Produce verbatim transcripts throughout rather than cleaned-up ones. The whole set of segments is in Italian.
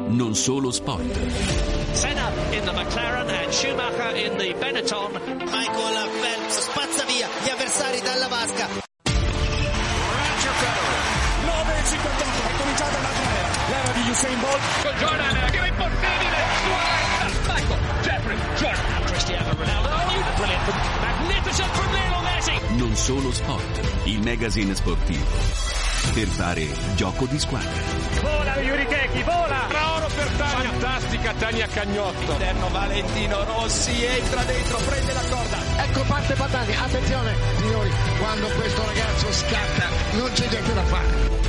Non Solo Sport. Senna in the McLaren and Schumacher in the Benetton. Michael Phelps spazza via gli avversari dalla vasca. Roger Federer, nove e cinquantotto, è cominciata un'altra era. L'era di Usain Bolt. Con Jordan, che è impossibile. Michael, Jeffrey, Jordan. Cristiano Ronaldo. Oh, brilliant. Magnificent from Lionel Messi. Non Solo Sport, il magazine sportivo per fare gioco di squadra. Vola Yuri Keki, vola! Oro per Tania. Fantastica Tania Cagnotto. Interno Valentino Rossi, entra dentro, prende la corda. Ecco parte Patani, attenzione signori, quando questo ragazzo scatta non c'è niente da fare.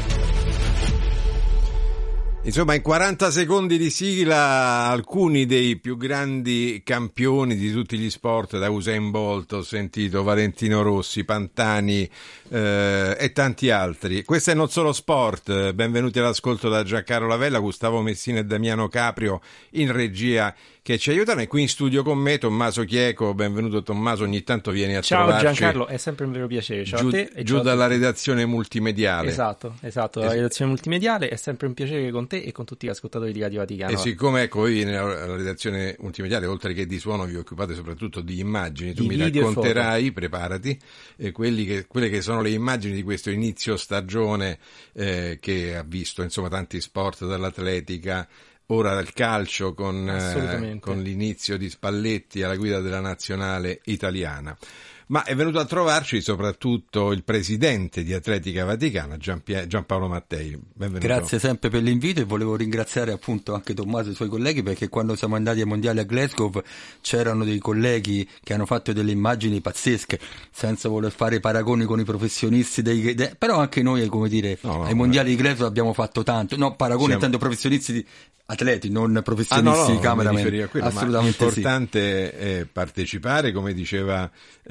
Insomma, in quaranta secondi di sigla alcuni dei più grandi campioni di tutti gli sport, da Usain Bolt, ho sentito Valentino Rossi, Pantani eh, e tanti altri. Questo è Non Solo Sport, benvenuti all'ascolto da Giancarlo Lavella, Gustavo Messina e Damiano Caprio in regia che ci aiutano, e qui in studio con me Tommaso Chieco. Benvenuto Tommaso, ogni tanto vieni a ciao trovarci. Ciao Giancarlo, è sempre un vero piacere. Ciao giù, a te e giù ciao dalla a redazione multimediale. Esatto, esatto, la redazione multimediale è sempre un piacere con te e con tutti gli ascoltatori di Radio Vaticano. E siccome ecco voi nella redazione multimediale, oltre che di suono, vi occupate soprattutto di immagini, tu di mi racconterai, preparati, eh, quelli che, quelle che sono le immagini di questo inizio stagione eh, che ha visto insomma tanti sport, dall'atletica, ora dal calcio con, eh, con l'inizio di Spalletti alla guida della nazionale italiana. Ma è venuto a trovarci soprattutto il presidente di Atletica Vaticana, Gianpie- Giampaolo Mattei. Benvenuto. Grazie sempre per l'invito, e volevo ringraziare appunto anche Tommaso e i suoi colleghi, perché quando siamo andati ai mondiali a Glasgow c'erano dei colleghi che hanno fatto delle immagini pazzesche, senza voler fare paragoni con i professionisti dei, de, però anche noi, come dire, no, no, ai mondiali di Glasgow abbiamo fatto tanto, no, paragoni siamo... intendo professionisti di atleti, non professionisti ah, no, no, di cameraman. Quello, assolutamente l'importante sì. È partecipare, come diceva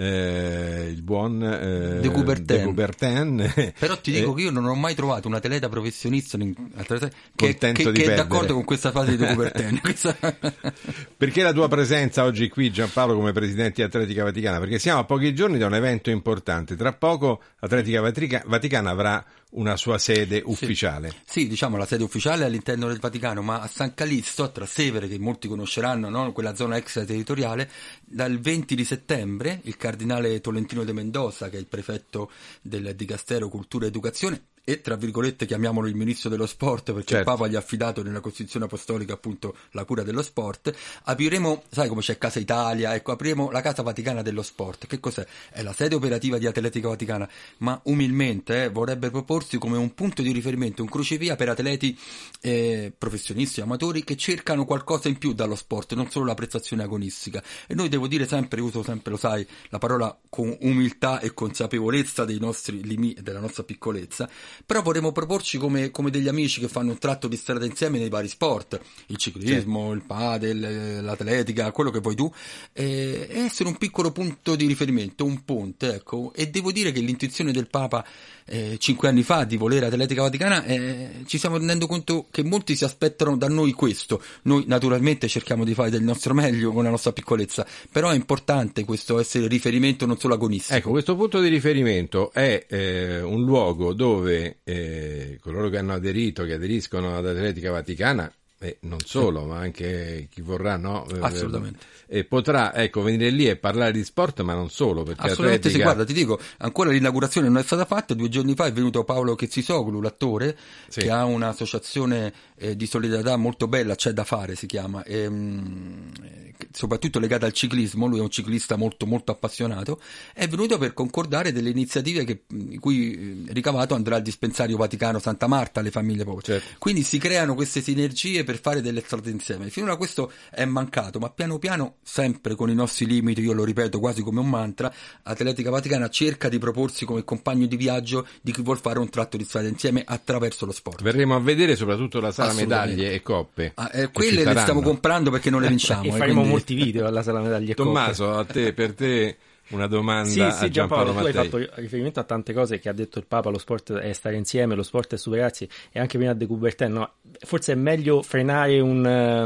eh, il buon eh, De Coubertin. De Coubertin. Però ti dico eh, che io non ho mai trovato un atleta professionista atleta, che, che, di che è d'accordo con questa fase di De Coubertin. Perché la tua presenza oggi qui, Giampaolo, come presidente di Atletica Vaticana? Perché siamo a pochi giorni da un evento importante. Tra poco Atletica Vaticana avrà una sua sede ufficiale. Sì, sì, diciamo la sede ufficiale all'interno del Vaticano, ma a San Calixto, a Trastevere, che molti conosceranno, no? Quella zona extraterritoriale, dal venti di settembre il cardinale Tolentino de Mendoza, che è il prefetto del Dicastero Cultura e Educazione, e tra virgolette chiamiamolo il ministro dello sport, perché certo. Il Papa gli ha affidato nella Costituzione Apostolica appunto la cura dello sport. Apriremo, sai come c'è Casa Italia, ecco, apriremo la Casa Vaticana dello Sport. Che cos'è? È la sede operativa di Atletica Vaticana, ma umilmente eh, vorrebbe proporsi come un punto di riferimento, un crocevia per atleti eh, professionisti, amatori, che cercano qualcosa in più dallo sport, non solo la prestazione agonistica. E noi, devo dire sempre, uso sempre, lo sai, la parola con umiltà e consapevolezza dei nostri limiti, della nostra piccolezza, però vorremmo proporci come, come degli amici che fanno un tratto di strada insieme nei vari sport, il ciclismo, sì. Il padel, l'atletica, quello che vuoi tu, e essere un piccolo punto di riferimento, un ponte, ecco. E devo dire che l'intuizione del Papa eh, cinque anni fa di volere Atletica Vaticana, eh, ci stiamo rendendo conto che molti si aspettano da noi questo. Noi naturalmente cerchiamo di fare del nostro meglio con la nostra piccolezza, però è importante questo essere riferimento non solo agonistico. Ecco, questo punto di riferimento è eh, un luogo dove Eh, coloro che hanno aderito, che aderiscono ad Atletica Vaticana, e non solo, sì. Ma anche chi vorrà, no? Assolutamente. E potrà, ecco, venire lì e parlare di sport, ma non solo, perché assolutamente Atletica... sì, guarda, ti dico, ancora l'inaugurazione non è stata fatta, due giorni fa è venuto Paolo Chezzisoglu, l'attore, sì. Che ha un'associazione eh, di solidarietà molto bella, C'è da fare si chiama, ehm, soprattutto legata al ciclismo, lui è un ciclista molto molto appassionato, è venuto per concordare delle iniziative che, in cui ricavato andrà al dispensario Vaticano Santa Marta alle famiglie povere, certo. Quindi si creano queste sinergie per fare delle strade insieme. Finora questo è mancato, ma piano piano, sempre con i nostri limiti, io lo ripeto quasi come un mantra, Atletica Vaticana cerca di proporsi come compagno di viaggio di chi vuol fare un tratto di strada insieme attraverso lo sport. Verremo a vedere soprattutto la sala medaglie e coppe. Ah, eh, quelle le stiamo comprando perché non le vinciamo. E faremo quindi... molti video alla sala medaglie e Tommaso, coppe. a te, per te una domanda sì, a sì, Giampaolo Giampaolo, tu Mattei. hai fatto riferimento a tante cose che ha detto il Papa, lo sport è stare insieme, lo sport è superarsi, e anche prima De Coubertin, no? Forse è meglio frenare un,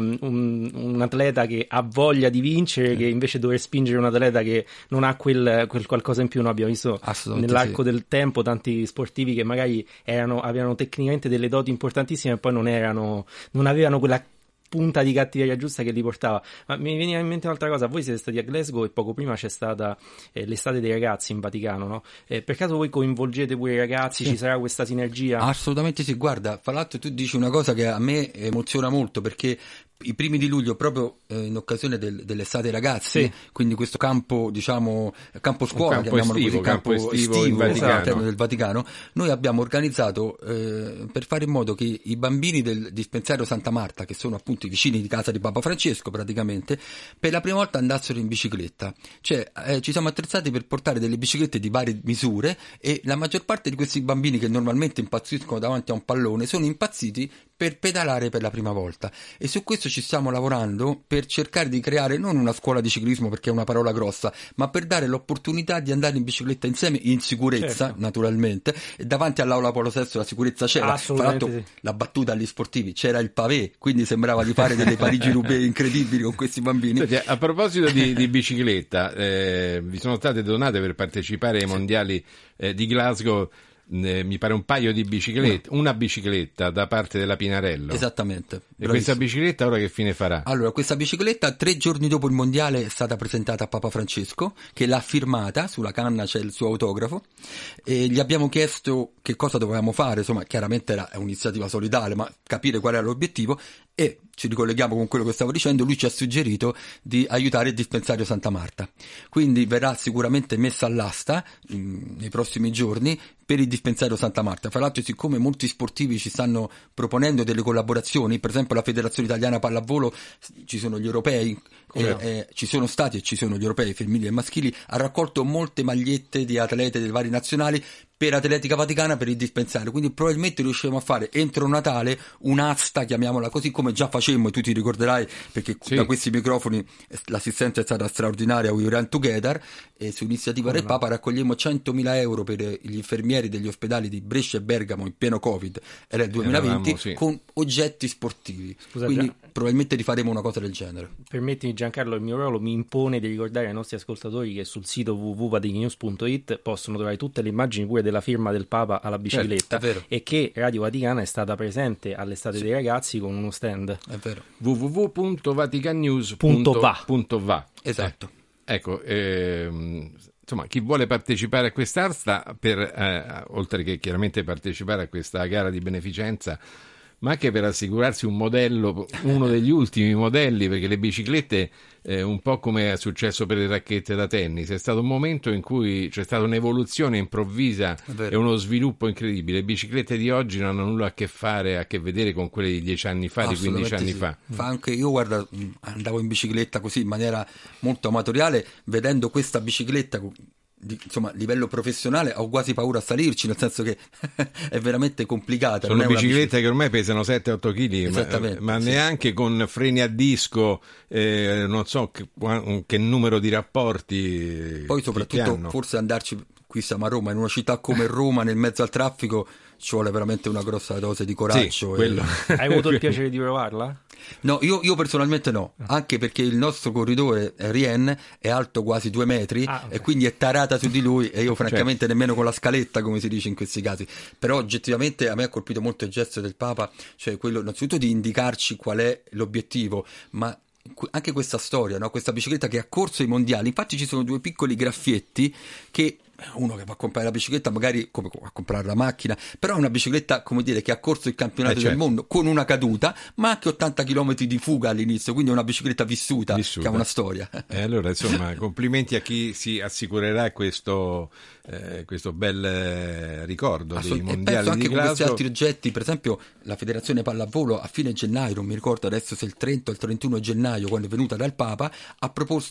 un, un atleta che ha voglia di vincere sì. che invece dover spingere un atleta che non ha quel, quel qualcosa in più. No? Abbiamo visto nell'arco sì. del tempo tanti sportivi che magari erano, avevano tecnicamente delle doti importantissime e poi non erano, non avevano quella punta di cattiveria giusta che li portava. Ma mi veniva in mente un'altra cosa: voi siete stati a Glasgow e poco prima c'è stata eh, l'estate dei ragazzi in Vaticano, no? Eh, per caso voi coinvolgete pure i ragazzi? Sì. Ci sarà questa sinergia? Assolutamente sì, guarda, fra l'altro tu dici una cosa che a me emoziona molto, perché i primi di luglio, proprio eh, in occasione del, dell'estate ragazzi, sì. quindi questo campo, diciamo, campo scuola, campo chiamiamolo estivo, così, campo, campo estivo, estivo in Vaticano. all'interno del Vaticano, noi abbiamo organizzato eh, per fare in modo che i bambini del dispensario Santa Marta, che sono appunto i vicini di casa di Papa Francesco praticamente, per la prima volta andassero in bicicletta. Cioè eh, ci siamo attrezzati per portare delle biciclette di varie misure, e la maggior parte di questi bambini, che normalmente impazziscono davanti a un pallone, sono impazziti per pedalare per la prima volta, e su questo ci stiamo lavorando per cercare di creare non una scuola di ciclismo, perché è una parola grossa, ma per dare l'opportunità di andare in bicicletta insieme, in sicurezza, certo. naturalmente, e davanti all'Aula Paolo sesto la sicurezza c'era. Fra l'altro sì. la battuta agli sportivi, c'era il pavé, quindi sembrava di fare delle Parigi-Roubaix incredibili con questi bambini. Senti, a proposito di, di bicicletta, eh, vi sono state donate per partecipare ai sì. mondiali eh, di Glasgow, Eh, mi pare un paio di biciclette, una bicicletta da parte della Pinarello. Esattamente. E bravissimo. Questa bicicletta ora che fine farà? Allora, questa bicicletta tre giorni dopo il mondiale è stata presentata a Papa Francesco, che l'ha firmata, sulla canna c'è il suo autografo, e gli abbiamo chiesto che cosa dovevamo fare. Insomma, chiaramente era un'iniziativa solidale, ma capire qual era l'obiettivo, e ci ricolleghiamo con quello che stavo dicendo. Lui ci ha suggerito di aiutare il dispensario Santa Marta, quindi verrà sicuramente messa all'asta in, nei prossimi giorni per il dispensario Santa Marta. Fra l'altro, siccome molti sportivi ci stanno proponendo delle collaborazioni, per esempio la Federazione Italiana Pallavolo, ci sono gli europei, eh, eh, ci sono stati e ci sono gli europei femminili e maschili, ha raccolto molte magliette di atlete delle varie nazionali per Atletica Vaticana, per il dispensario, quindi probabilmente riusciremo a fare entro Natale un'asta, chiamiamola così, come già facemmo, e tu ti ricorderai perché sì. da questi microfoni l'assistenza è stata straordinaria, We Run Together, e su iniziativa del no. Papa raccogliemmo centomila euro per gli infermieri degli ospedali di Brescia e Bergamo in pieno Covid, era il duemilaventi, Eravamo, sì. con oggetti sportivi. Scusa, quindi Gian... probabilmente rifaremo una cosa del genere. Permettimi, Giancarlo, il mio ruolo mi impone di ricordare ai nostri ascoltatori che sul sito w w w punto vaticanews punto i t possono trovare tutte le immagini pure della firma del Papa alla bicicletta, certo, e che Radio Vaticana è stata presente all'estate sì. dei ragazzi con uno stand. È vero. w w w punto vaticanews punto va. Esatto. Eh, ecco, ehm, insomma, chi vuole partecipare a quest'asta, per eh, oltre che chiaramente partecipare a questa gara di beneficenza, ma anche per assicurarsi un modello, uno degli ultimi modelli, perché le biciclette, eh, un po' come è successo per le racchette da tennis, è stato un momento in cui c'è stata un'evoluzione improvvisa e uno sviluppo incredibile. Le biciclette di oggi non hanno nulla a che fare, a che vedere con quelle di dieci anni fa, di quindici anni sì. fa. Fa anche io, guarda, andavo in bicicletta così in maniera molto amatoriale, vedendo questa bicicletta di, insomma, livello professionale, ho quasi paura a salirci, nel senso che è veramente complicata. Sono non biciclette bicicletta... che ormai pesano sette otto chili, ma, ma sì. neanche con freni a disco, eh, non so che, che numero di rapporti. Poi soprattutto forse andarci, qui siamo a Roma, in una città come Roma, nel mezzo al traffico, ci vuole veramente una grossa dose di coraggio. Sì, quello... e... Hai avuto il piacere di provarla? No, io, io personalmente no, anche perché il nostro corridore Rien è alto quasi due metri ah, okay. e quindi è tarata su di lui, e io francamente certo. nemmeno con la scaletta, come si dice in questi casi. Però oggettivamente a me ha colpito molto il gesto del Papa, cioè quello innanzitutto di indicarci qual è l'obiettivo, ma anche questa storia, no? Questa bicicletta che ha corso ai mondiali. Infatti ci sono due piccoli graffietti che uno che va a comprare la bicicletta magari come a comprare la macchina, però è una bicicletta, come dire, che ha corso il campionato eh certo. del mondo con una caduta, ma anche ottanta chilometri di fuga all'inizio, quindi è una bicicletta vissuta, vissuta. che ha una storia. E allora insomma complimenti a chi si assicurerà questo, eh, questo bel eh, ricordo dei mondiali e penso anche di con Glasgow. Questi altri oggetti, per esempio la Federazione Pallavolo a fine gennaio, non mi ricordo adesso se il trenta o il trentuno gennaio, quando è venuta dal Papa, ha proposto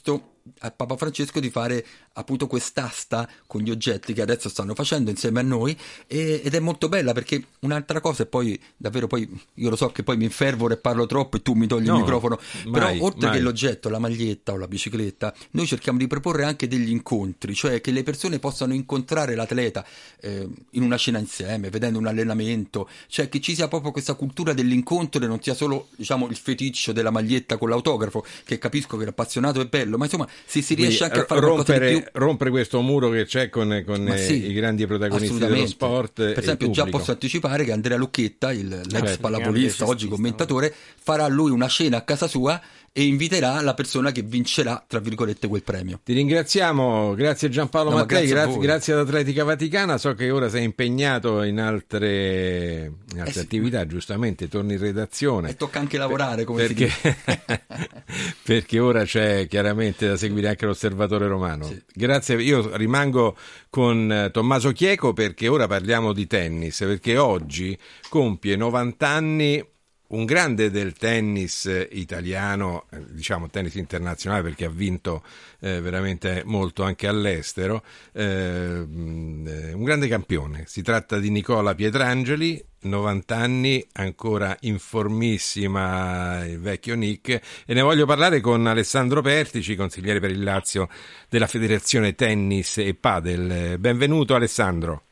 a Papa Francesco di fare appunto quest'asta con gli oggetti che adesso stanno facendo insieme a noi, e, ed è molto bella, perché un'altra cosa, e poi davvero poi io lo so che poi mi infervoro e parlo troppo e tu mi togli no, il microfono, mai, però oltre mai. che l'oggetto, la maglietta o la bicicletta, noi cerchiamo di proporre anche degli incontri, cioè che le persone possano incontrare l'atleta eh, in una cena insieme, vedendo un allenamento, cioè che ci sia proprio questa cultura dell'incontro e non sia solo, diciamo, il feticcio della maglietta con l'autografo, che capisco che l'appassionato è bello, ma insomma se si riesce anche a fare rompere, qualcosa di più, rompere questo muro che c'è con, con sì, i grandi protagonisti dello sport. Per esempio già posso anticipare che Andrea Lucchetta, il, l'ex certo, pallavolista, oggi commentatore, farà lui una cena a casa sua e inviterà la persona che vincerà, tra virgolette, quel premio. Ti ringraziamo, grazie Giampaolo no, Mattei, grazie, grazie, grazie ad Atletica Vaticana. So che ora sei impegnato in altre, in altre eh attività, sì. Giustamente torni in redazione. E tocca anche lavorare, come perché, si dice. Perché ora c'è chiaramente da seguire anche l'Osservatore Romano. Sì. Grazie, io rimango con Tommaso Chieco perché ora parliamo di tennis, perché oggi compie novanta anni un grande del tennis italiano, diciamo tennis internazionale perché ha vinto eh, veramente molto anche all'estero, eh, un grande campione. Si tratta di Nicola Pietrangeli, novanta anni, ancora in formissima il vecchio Nick, e ne voglio parlare con Alessandro Pertici, consigliere per il Lazio della Federazione Tennis e Padel. Benvenuto Alessandro.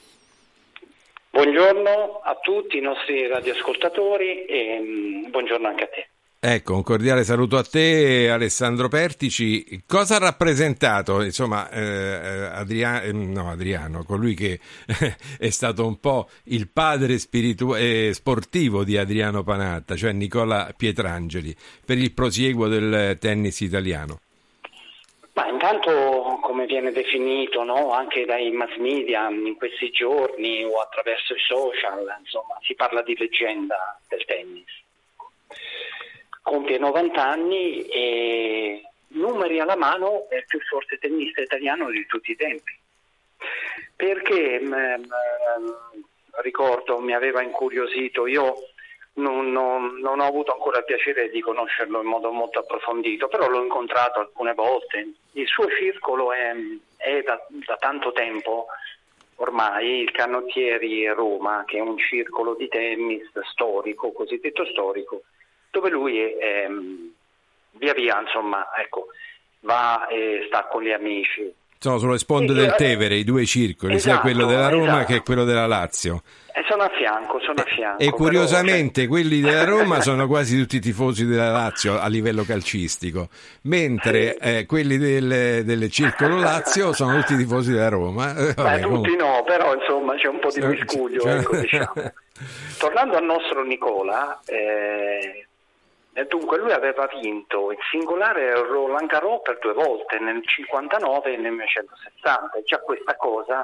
Buongiorno a tutti i nostri radioascoltatori e mh, buongiorno anche a te. Ecco, un cordiale saluto a te Alessandro Pertici. Cosa ha rappresentato, insomma, eh, Adriano, no, Adriano, colui che è stato un po' il padre spiritu- eh, sportivo di Adriano Panatta, cioè Nicola Pietrangeli, per il prosieguo del tennis italiano? Ma intanto, come viene definito, no, anche dai mass media in questi giorni o attraverso i social, insomma, si parla di leggenda del tennis. Compie novanta anni e, numeri alla mano, è il più forte tennista italiano di tutti i tempi. Perché, mh, ricordo, mi aveva incuriosito, io Non, non, non ho avuto ancora il piacere di conoscerlo in modo molto approfondito, però l'ho incontrato alcune volte. Il suo circolo è, è da, da tanto tempo ormai il Canottieri Roma, che è un circolo di tennis storico, cosiddetto storico, dove lui è, è, via via, insomma, ecco, va e sta con gli amici. Sono sulle sponde del Tevere, i due circoli, esatto, sia quello della Roma esatto. che quello della Lazio. E sono a fianco, sono a fianco. E curiosamente però, quelli della Roma sono quasi tutti tifosi della Lazio a livello calcistico, mentre sì. eh, quelli del, del Circolo Lazio sono tutti tifosi della Roma. Beh, Vabbè, tutti comunque. No, però insomma c'è un po' di miscuglio, cioè... ecco, diciamo. Tornando al nostro Nicola, eh, dunque lui aveva vinto in singolare Roland Garros per due volte, nel cinquantanove e nel millenovecentosessanta, già questa cosa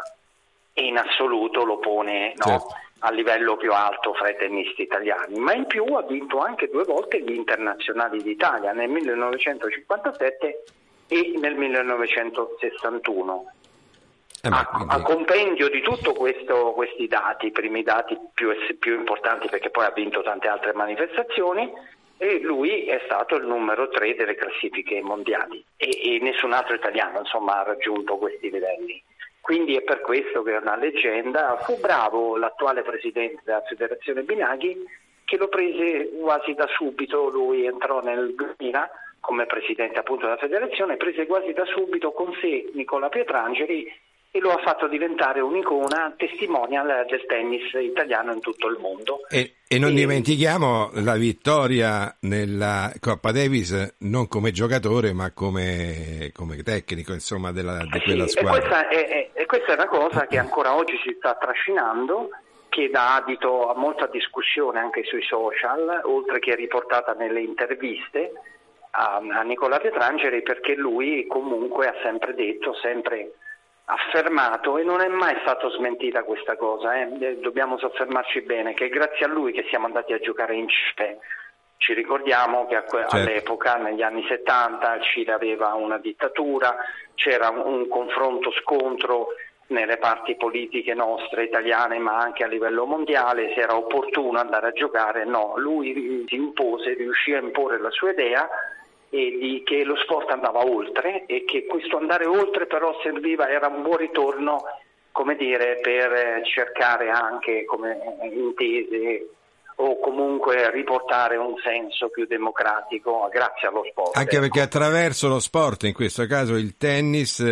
in assoluto lo pone, no, certo, a livello più alto fra i tennisti italiani, ma in più ha vinto anche due volte gli internazionali d'Italia, nel millenovecentocinquantasette e nel millenovecentosessantuno. Eh, a, a compendio di tutto questo, questi dati, i primi dati più, più importanti, perché poi ha vinto tante altre manifestazioni, e lui è stato il numero tre delle classifiche mondiali e, e nessun altro italiano, insomma, ha raggiunto questi livelli. Quindi è per questo che è una leggenda. Fu bravo l'attuale presidente della federazione Binaghi, che lo prese quasi da subito. Lui entrò nel duemila come presidente appunto della federazione, prese quasi da subito con sé Nicola Pietrangeli e lo ha fatto diventare un'icona testimonial del tennis italiano in tutto il mondo. E, e non e, dimentichiamo la vittoria nella Coppa Davis non come giocatore ma come, come tecnico, insomma, della, di quella sì, squadra. E questa, è, è, e questa è una cosa che ancora oggi si sta trascinando, che dà adito a molta discussione anche sui social, oltre che riportata nelle interviste a, a Nicola Pietrangeli, perché lui comunque ha sempre detto, sempre affermato, e non è mai stato smentita questa cosa, eh? Dobbiamo soffermarci bene, che è grazie a lui che siamo andati a giocare in Cile. Ci ricordiamo che certo. all'epoca, negli anni settanta, il Cile aveva una dittatura, c'era un, un confronto, scontro nelle parti politiche nostre, italiane, ma anche a livello mondiale, se era opportuno andare a giocare. No, lui si impose, riuscì a imporre la sua idea, e di che lo sport andava oltre e che questo andare oltre però serviva, era un buon ritorno, come dire, per cercare anche come intese o comunque riportare un senso più democratico grazie allo sport. Anche ecco. Perché attraverso lo sport, in questo caso il tennis,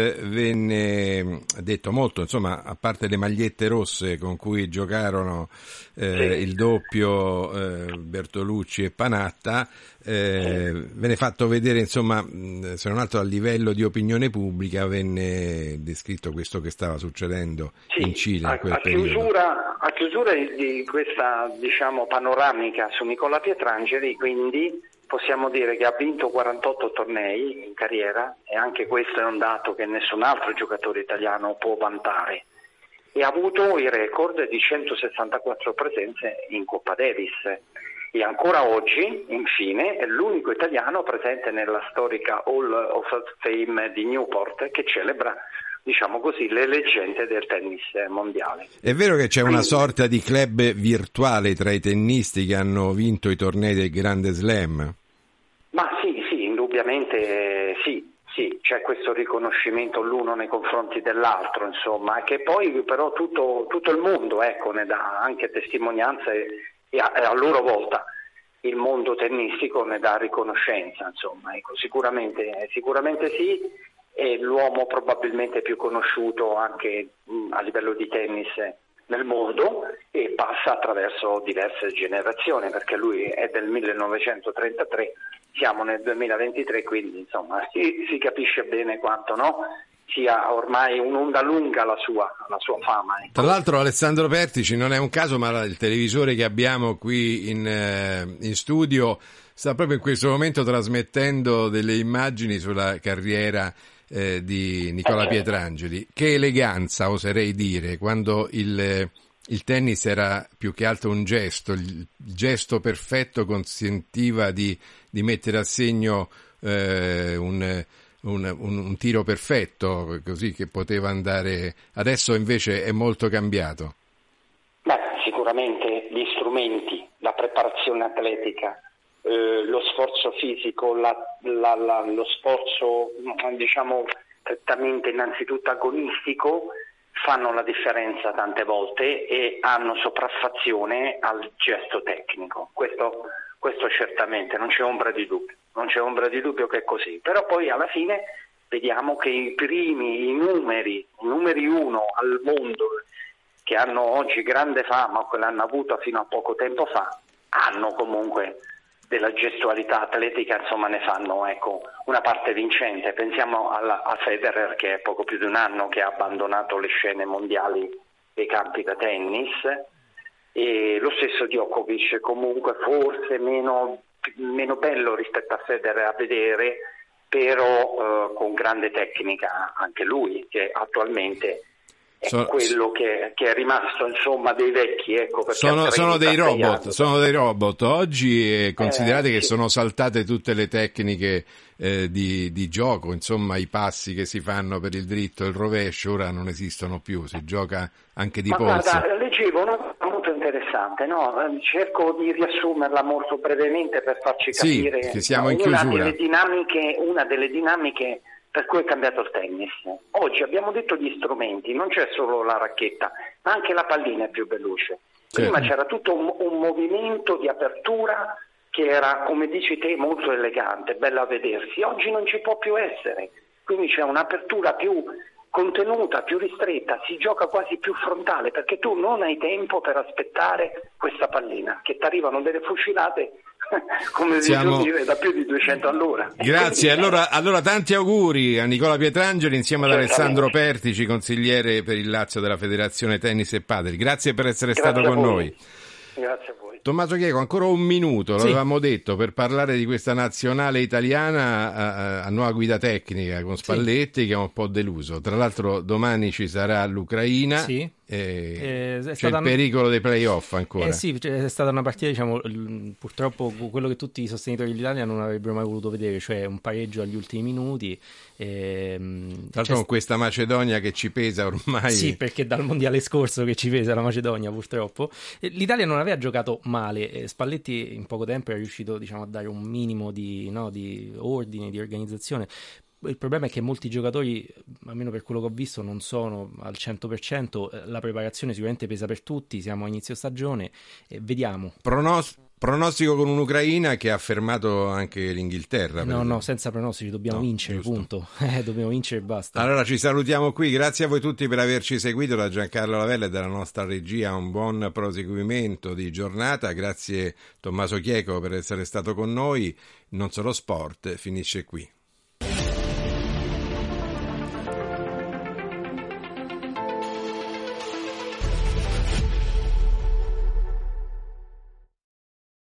venne detto molto, insomma, a parte le magliette rosse con cui giocarono eh, sì. il doppio eh, Bertolucci e Panatta, eh, sì. venne fatto vedere, insomma, se non altro a livello di opinione pubblica, venne descritto questo che stava succedendo sì. in Cile a, in quel a periodo. Chiusura, a chiusura di questa, diciamo, panoramica su Nicola Pietrangeli, quindi possiamo dire che ha vinto quarantotto tornei in carriera e anche questo è un dato che nessun altro giocatore italiano può vantare, e ha avuto il record di centosessantaquattro presenze in Coppa Davis e ancora oggi, infine, è l'unico italiano presente nella storica Hall of Fame di Newport che celebra, diciamo così, le leggende del tennis mondiale. È vero che c'è una sorta di club virtuale tra i tennisti che hanno vinto i tornei del Grande Slam? Ma sì, sì, indubbiamente sì, sì, c'è questo riconoscimento l'uno nei confronti dell'altro, insomma, che poi però tutto, tutto il mondo, ecco, ne dà anche testimonianza e, e, a, e a loro volta il mondo tennistico ne dà riconoscenza, insomma, ecco, sicuramente, sicuramente sì. È l'uomo probabilmente più conosciuto anche mh, a livello di tennis nel mondo e passa attraverso diverse generazioni, perché lui è del millenovecentotrentatré, siamo nel duemilaventitré, quindi insomma si, si capisce bene quanto no sia ormai un'onda lunga la sua, la sua fama. Ecco. Tra l'altro Alessandro Pertici, non è un caso, ma il televisore che abbiamo qui in, in studio sta proprio in questo momento trasmettendo delle immagini sulla carriera eh, di Nicola Pietrangeli. Che eleganza, oserei dire, quando il, il tennis era più che altro un gesto, il gesto perfetto consentiva di, di mettere a segno eh, un, un, un, un tiro perfetto, così che poteva andare. Adesso invece è molto cambiato. Beh, sicuramente gli strumenti, la preparazione atletica, Eh, lo sforzo fisico, la, la, la, lo sforzo diciamo prettamente innanzitutto agonistico fanno la differenza tante volte e hanno sopraffazione al gesto tecnico. Questo, questo certamente non c'è ombra di dubbio, non c'è ombra di dubbio che è così. Però poi alla fine vediamo che i primi, i numeri, i numeri uno al mondo che hanno oggi grande fama o che l'hanno avuta fino a poco tempo fa, hanno comunque della gestualità atletica, insomma ne fanno ecco una parte vincente. Pensiamo alla, a Federer, che è poco più di un anno che ha abbandonato le scene mondiali dei campi da tennis, e lo stesso Djokovic, comunque forse meno, meno bello rispetto a Federer a vedere, però eh, con grande tecnica anche lui, che attualmente è so, quello che, che è rimasto insomma dei vecchi, ecco, sono, sono dei robot sono dei robot oggi, e considerate eh, che sì. sono saltate tutte le tecniche eh, di, di gioco, insomma i passi che si fanno per il dritto e il rovescio ora non esistono più, si gioca anche di Ma polso. Guarda, leggevo una cosa molto interessante, no? Cerco di riassumerla molto brevemente per farci capire sì, che siamo in una chiusura. delle dinamiche, una delle dinamiche per cui è cambiato il tennis. Oggi abbiamo detto gli strumenti, non c'è solo la racchetta, ma anche la pallina è più veloce. Prima certo. c'era tutto un, un movimento di apertura che era, come dici te, molto elegante, bella a vedersi. Oggi non ci può più essere, quindi c'è un'apertura più contenuta, più ristretta, si gioca quasi più frontale, perché tu non hai tempo per aspettare questa pallina, che ti arrivano delle fucilate come Siamo... dire, da più di duecento all'ora. Grazie, allora, allora tanti auguri a Nicola Pietrangeli insieme ad Alessandro Pertici, consigliere per il Lazio della Federazione Tennis e Padel. Grazie per essere Grazie stato con noi. Grazie a voi. Tommaso Chieco, ancora un minuto, sì. l'avevamo detto, per parlare di questa nazionale italiana a, a nuova guida tecnica con Spalletti, sì. che è un po' deluso. Tra l'altro domani ci sarà l'Ucraina sì. Eh, eh, c'è stata... il pericolo dei playoff ancora. Eh sì, è stata una partita, diciamo, purtroppo quello che tutti i sostenitori dell'Italia non avrebbero mai voluto vedere, cioè un pareggio agli ultimi minuti. Eh, Tra l'altro con questa Macedonia che ci pesa ormai. Sì, perché dal mondiale scorso che ci pesa la Macedonia, purtroppo. L'Italia non aveva giocato male, Spalletti in poco tempo è riuscito, diciamo, a dare un minimo di, no, di ordine, di organizzazione. Il problema è che molti giocatori, almeno per quello che ho visto, non sono al cento per cento. La preparazione sicuramente pesa per tutti, siamo a inizio stagione e vediamo. Pronos- pronostico con un'Ucraina che ha fermato anche l'Inghilterra. No, no, senza pronostici, dobbiamo no, vincere, giusto. Punto. Eh, dobbiamo vincere e basta. Allora ci salutiamo qui, grazie a voi tutti per averci seguito, da Giancarlo Lavella e dalla nostra regia un buon proseguimento di giornata, grazie Tommaso Chieco per essere stato con noi. Non Solo Sport finisce qui.